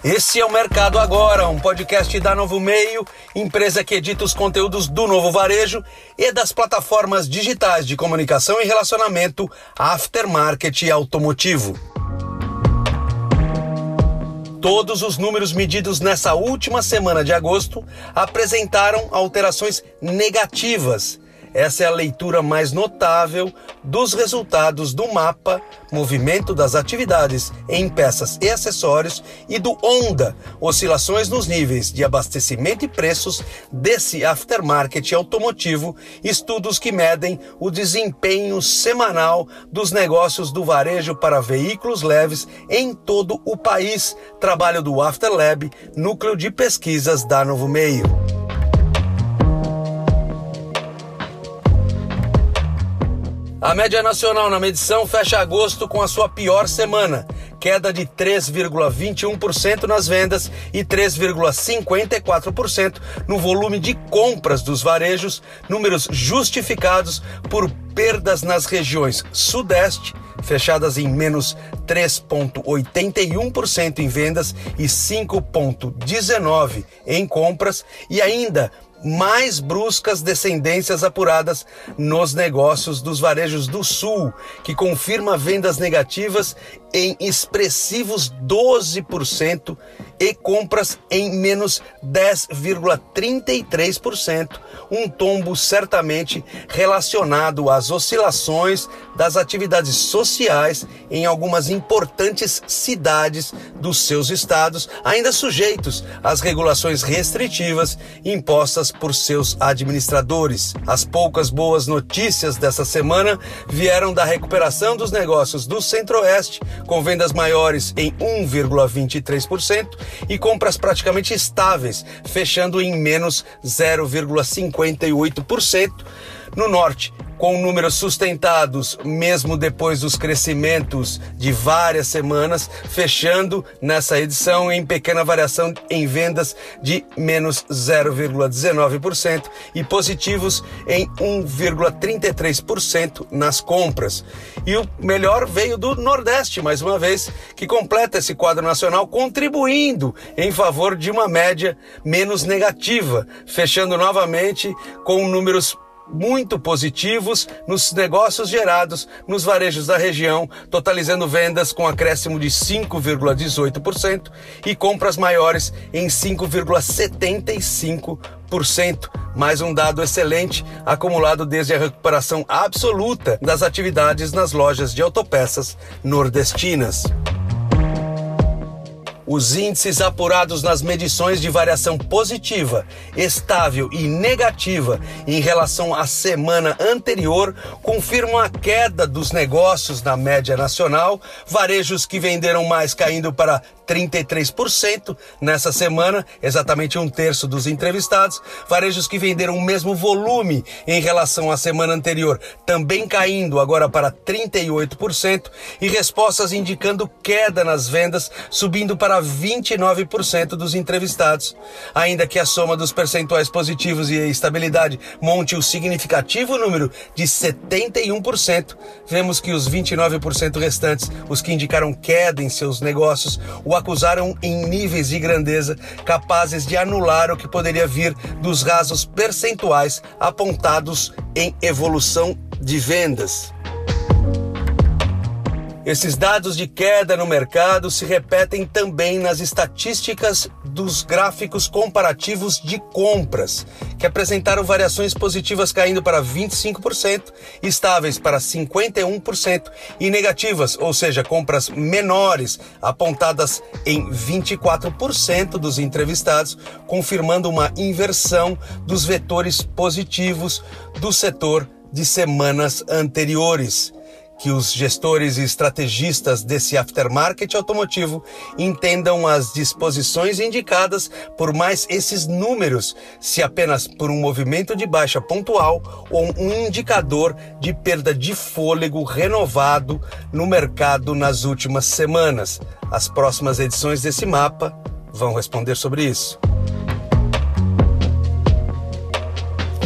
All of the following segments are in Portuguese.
Esse é o Mercado Agora, um podcast da Novo Meio, empresa que edita os conteúdos do Novo Varejo e das plataformas digitais de comunicação e relacionamento, aftermarket e automotivo. Todos os números medidos nessa última semana de agosto apresentaram alterações negativas. Essa é a leitura mais notável dos resultados do mapa, movimento das atividades em peças e acessórios, e do ONDA, oscilações nos níveis de abastecimento e preços desse aftermarket automotivo, estudos que medem o desempenho semanal dos negócios do varejo para veículos leves em todo o país. Trabalho do Afterlab, núcleo de pesquisas da Novo Meio. A média nacional na medição fecha agosto com a sua pior semana, queda de 3,21% nas vendas e 3,54% no volume de compras dos varejos, números justificados por perdas nas regiões Sudeste, fechadas em menos 3,81% em vendas e 5,19% em compras, e ainda mais bruscas descendências apuradas nos negócios dos varejos do Sul, que confirma vendas negativas em expressivos 12% e compras em menos 10,33%, um tombo certamente relacionado às oscilações das atividades sociais em algumas importantes cidades dos seus estados, ainda sujeitos às regulações restritivas impostas por seus administradores. As poucas boas notícias dessa semana vieram da recuperação dos negócios do Centro-Oeste, com vendas maiores em 1,23% e compras praticamente estáveis, fechando em menos 0,58%. No Norte, com números sustentados mesmo depois dos crescimentos de várias semanas, fechando nessa edição em pequena variação em vendas de menos 0,19% e positivos em 1,33% nas compras. E o melhor veio do Nordeste, mais uma vez, que completa esse quadro nacional, contribuindo em favor de uma média menos negativa, fechando novamente com números muito positivos nos negócios gerados nos varejos da região, totalizando vendas com acréscimo de 5,18% e compras maiores em 5,75%. Mais um dado excelente acumulado desde a recuperação absoluta das atividades nas lojas de autopeças nordestinas. Os índices apurados nas medições de variação positiva, estável e negativa em relação à semana anterior confirmam a queda dos negócios na média nacional, varejos que venderam mais caindo para 33% nessa semana, exatamente um terço dos entrevistados, varejos que venderam o mesmo volume em relação à semana anterior, também caindo agora para 38%, e respostas indicando queda nas vendas, subindo para 29% dos entrevistados. Ainda que a soma dos percentuais positivos e a estabilidade monte o significativo número de 71%, vemos que os 29% restantes, os que indicaram queda em seus negócios, o acusaram em níveis de grandeza capazes de anular o que poderia vir dos rasos percentuais apontados em evolução de vendas. Esses dados de queda no mercado se repetem também nas estatísticas dos gráficos comparativos de compras, que apresentaram variações positivas caindo para 25%, estáveis para 51% e negativas, ou seja, compras menores, apontadas em 24% dos entrevistados, confirmando uma inversão dos vetores positivos do setor de semanas anteriores. Que os gestores e estrategistas desse aftermarket automotivo entendam as disposições indicadas por mais esses números, se apenas por um movimento de baixa pontual ou um indicador de perda de fôlego renovado no mercado nas últimas semanas. As próximas edições desse mapa vão responder sobre isso. De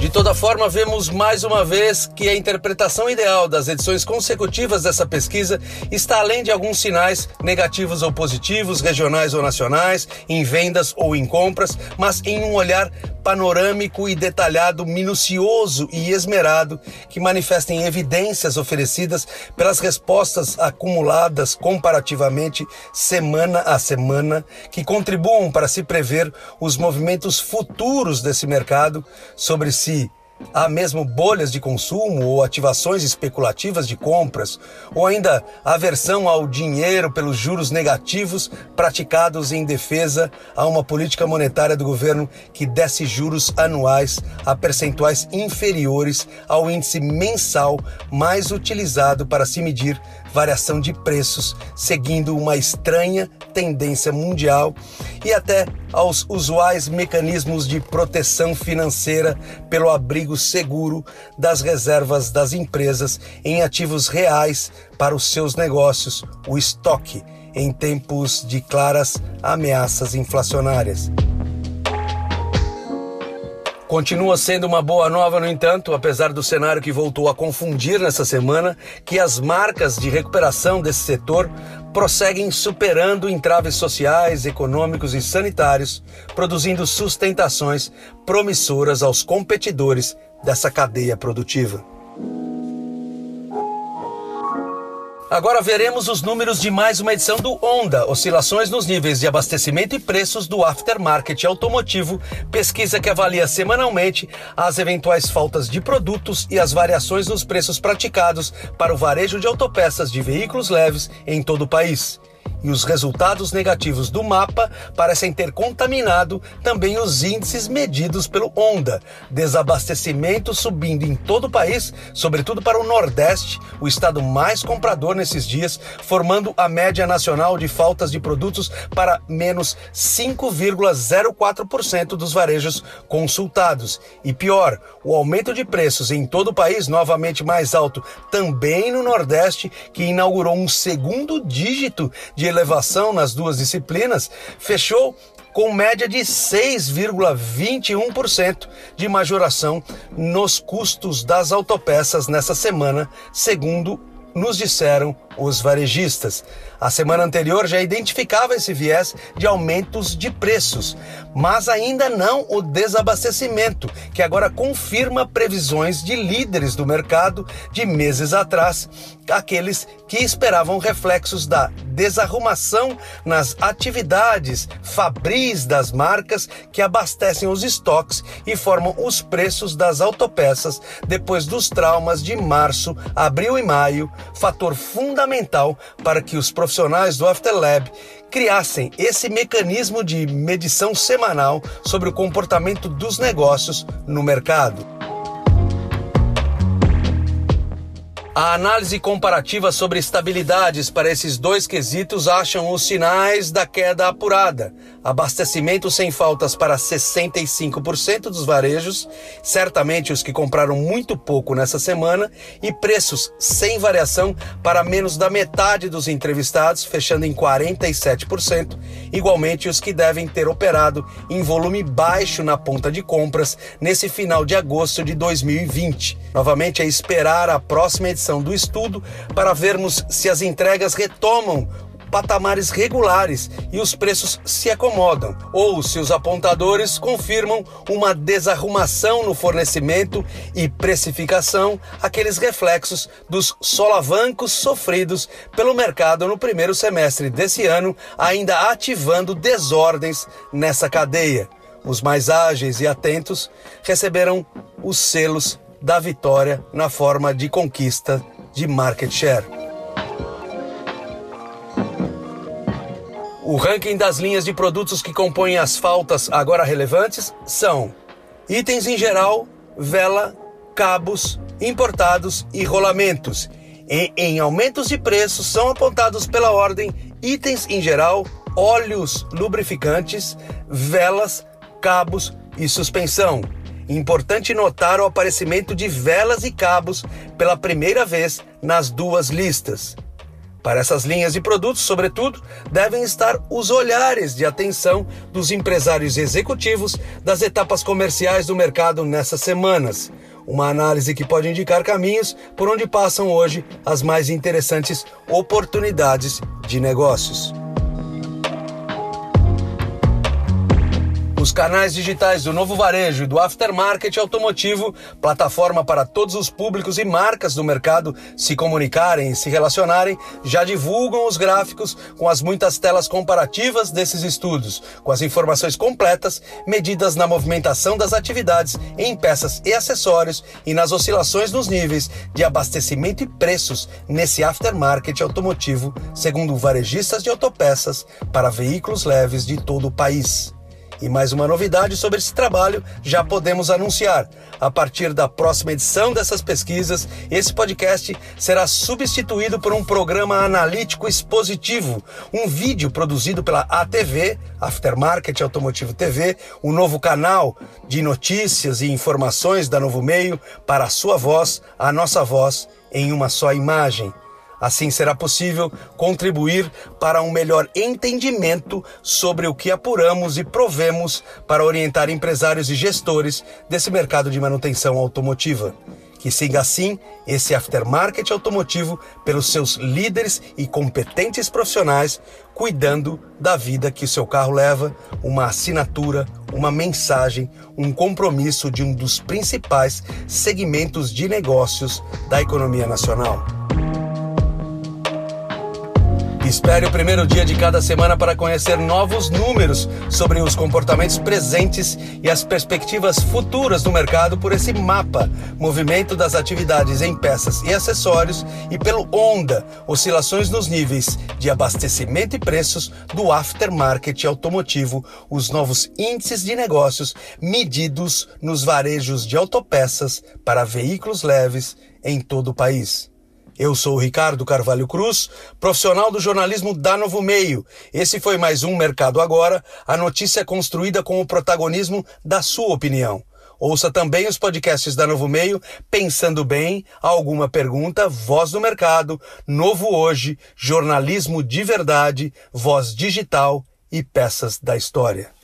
De toda forma, vemos mais uma vez que a interpretação ideal das edições consecutivas dessa pesquisa está além de alguns sinais negativos ou positivos, regionais ou nacionais, em vendas ou em compras, mas em um olhar panorâmico e detalhado, minucioso e esmerado, que manifestem evidências oferecidas pelas respostas acumuladas comparativamente semana a semana, que contribuam para se prever os movimentos futuros desse mercado, sobre se há mesmo bolhas de consumo ou ativações especulativas de compras, ou ainda aversão ao dinheiro pelos juros negativos praticados em defesa a uma política monetária do governo que desse juros anuais a percentuais inferiores ao índice mensal mais utilizado para se medir variação de preços, seguindo uma estranha tendência mundial, e até aos usuais mecanismos de proteção financeira pelo abrigo seguro das reservas das empresas em ativos reais para os seus negócios, o estoque, em tempos de claras ameaças inflacionárias. Continua sendo uma boa nova, no entanto, apesar do cenário que voltou a confundir nessa semana, que as marcas de recuperação desse setor prosseguem superando entraves sociais, econômicos e sanitários, produzindo sustentações promissoras aos competidores dessa cadeia produtiva. Agora veremos os números de mais uma edição do Onda, oscilações nos níveis de abastecimento e preços do aftermarket automotivo, pesquisa que avalia semanalmente as eventuais faltas de produtos e as variações nos preços praticados para o varejo de autopeças de veículos leves em todo o país. E os resultados negativos do mapa parecem ter contaminado também os índices medidos pelo Onda. Desabastecimento subindo em todo o país, sobretudo para o Nordeste, o estado mais comprador nesses dias, formando a média nacional de faltas de produtos para menos 5,04% dos varejos consultados. E pior, o aumento de preços em todo o país, novamente mais alto também no Nordeste, que inaugurou um segundo dígito de elevação nas duas disciplinas, fechou com média de 6,21% de majoração nos custos das autopeças nessa semana, segundo nos disseram os varejistas. A semana anterior já identificava esse viés de aumentos de preços, mas ainda não o desabastecimento, que agora confirma previsões de líderes do mercado de meses atrás, aqueles que esperavam reflexos da desarrumação nas atividades fabris das marcas que abastecem os estoques e formam os preços das autopeças depois dos traumas de março, abril e maio, fator fundamental para que os profissionais do Afterlab criassem esse mecanismo de medição semanal sobre o comportamento dos negócios no mercado. A análise comparativa sobre estabilidades para esses dois quesitos acham os sinais da queda apurada. Abastecimento sem faltas para 65% dos varejos, certamente os que compraram muito pouco nessa semana, e preços sem variação para menos da metade dos entrevistados, fechando em 47%, igualmente os que devem ter operado em volume baixo na ponta de compras nesse final de agosto de 2020. Novamente é esperar a próxima edição do estudo para vermos se as entregas retomam patamares regulares e os preços se acomodam, ou se os apontadores confirmam uma desarrumação no fornecimento e precificação, aqueles reflexos dos solavancos sofridos pelo mercado no primeiro semestre desse ano, ainda ativando desordens nessa cadeia. Os mais ágeis e atentos receberam os selos da vitória na forma de conquista de market share. O ranking das linhas de produtos que compõem as faltas agora relevantes são itens em geral, vela, cabos, importados e rolamentos. E em aumentos de preço são apontados pela ordem itens em geral, óleos lubrificantes, velas, cabos e suspensão. Importante notar o aparecimento de velas e cabos pela primeira vez nas duas listas. Para essas linhas de produtos, sobretudo, devem estar os olhares de atenção dos empresários executivos das etapas comerciais do mercado nessas semanas. Uma análise que pode indicar caminhos por onde passam hoje as mais interessantes oportunidades de negócios. Os canais digitais do Novo Varejo e do Aftermarket Automotivo, plataforma para todos os públicos e marcas do mercado se comunicarem e se relacionarem, já divulgam os gráficos com as muitas telas comparativas desses estudos, com as informações completas medidas na movimentação das atividades em peças e acessórios e nas oscilações nos níveis de abastecimento e preços nesse Aftermarket Automotivo, segundo varejistas de autopeças para veículos leves de todo o país. E mais uma novidade sobre esse trabalho já podemos anunciar. A partir da próxima edição dessas pesquisas, esse podcast será substituído por um programa analítico expositivo, um vídeo produzido pela ATV, Aftermarket Automotivo TV, o novo canal de notícias e informações da Novo Meio para a sua voz, a nossa voz, em uma só imagem. Assim será possível contribuir para um melhor entendimento sobre o que apuramos e provemos para orientar empresários e gestores desse mercado de manutenção automotiva. Que siga assim esse Aftermarket Automotivo pelos seus líderes e competentes profissionais, cuidando da vida que o seu carro leva, uma assinatura, uma mensagem, um compromisso de um dos principais segmentos de negócios da economia nacional. Espere o primeiro dia de cada semana para conhecer novos números sobre os comportamentos presentes e as perspectivas futuras do mercado por esse mapa, movimento das atividades em peças e acessórios, e pelo ONDA, oscilações nos níveis de abastecimento e preços do Aftermarket Automotivo, os novos índices de negócios medidos nos varejos de autopeças para veículos leves em todo o país. Eu sou o Ricardo Carvalho Cruz, profissional do jornalismo da Novo Meio. Esse foi mais um Mercado Agora, a notícia construída com o protagonismo da sua opinião. Ouça também os podcasts da Novo Meio, Pensando Bem, Alguma Pergunta, Voz do Mercado, Novo Hoje, Jornalismo de Verdade, Voz Digital e Peças da História.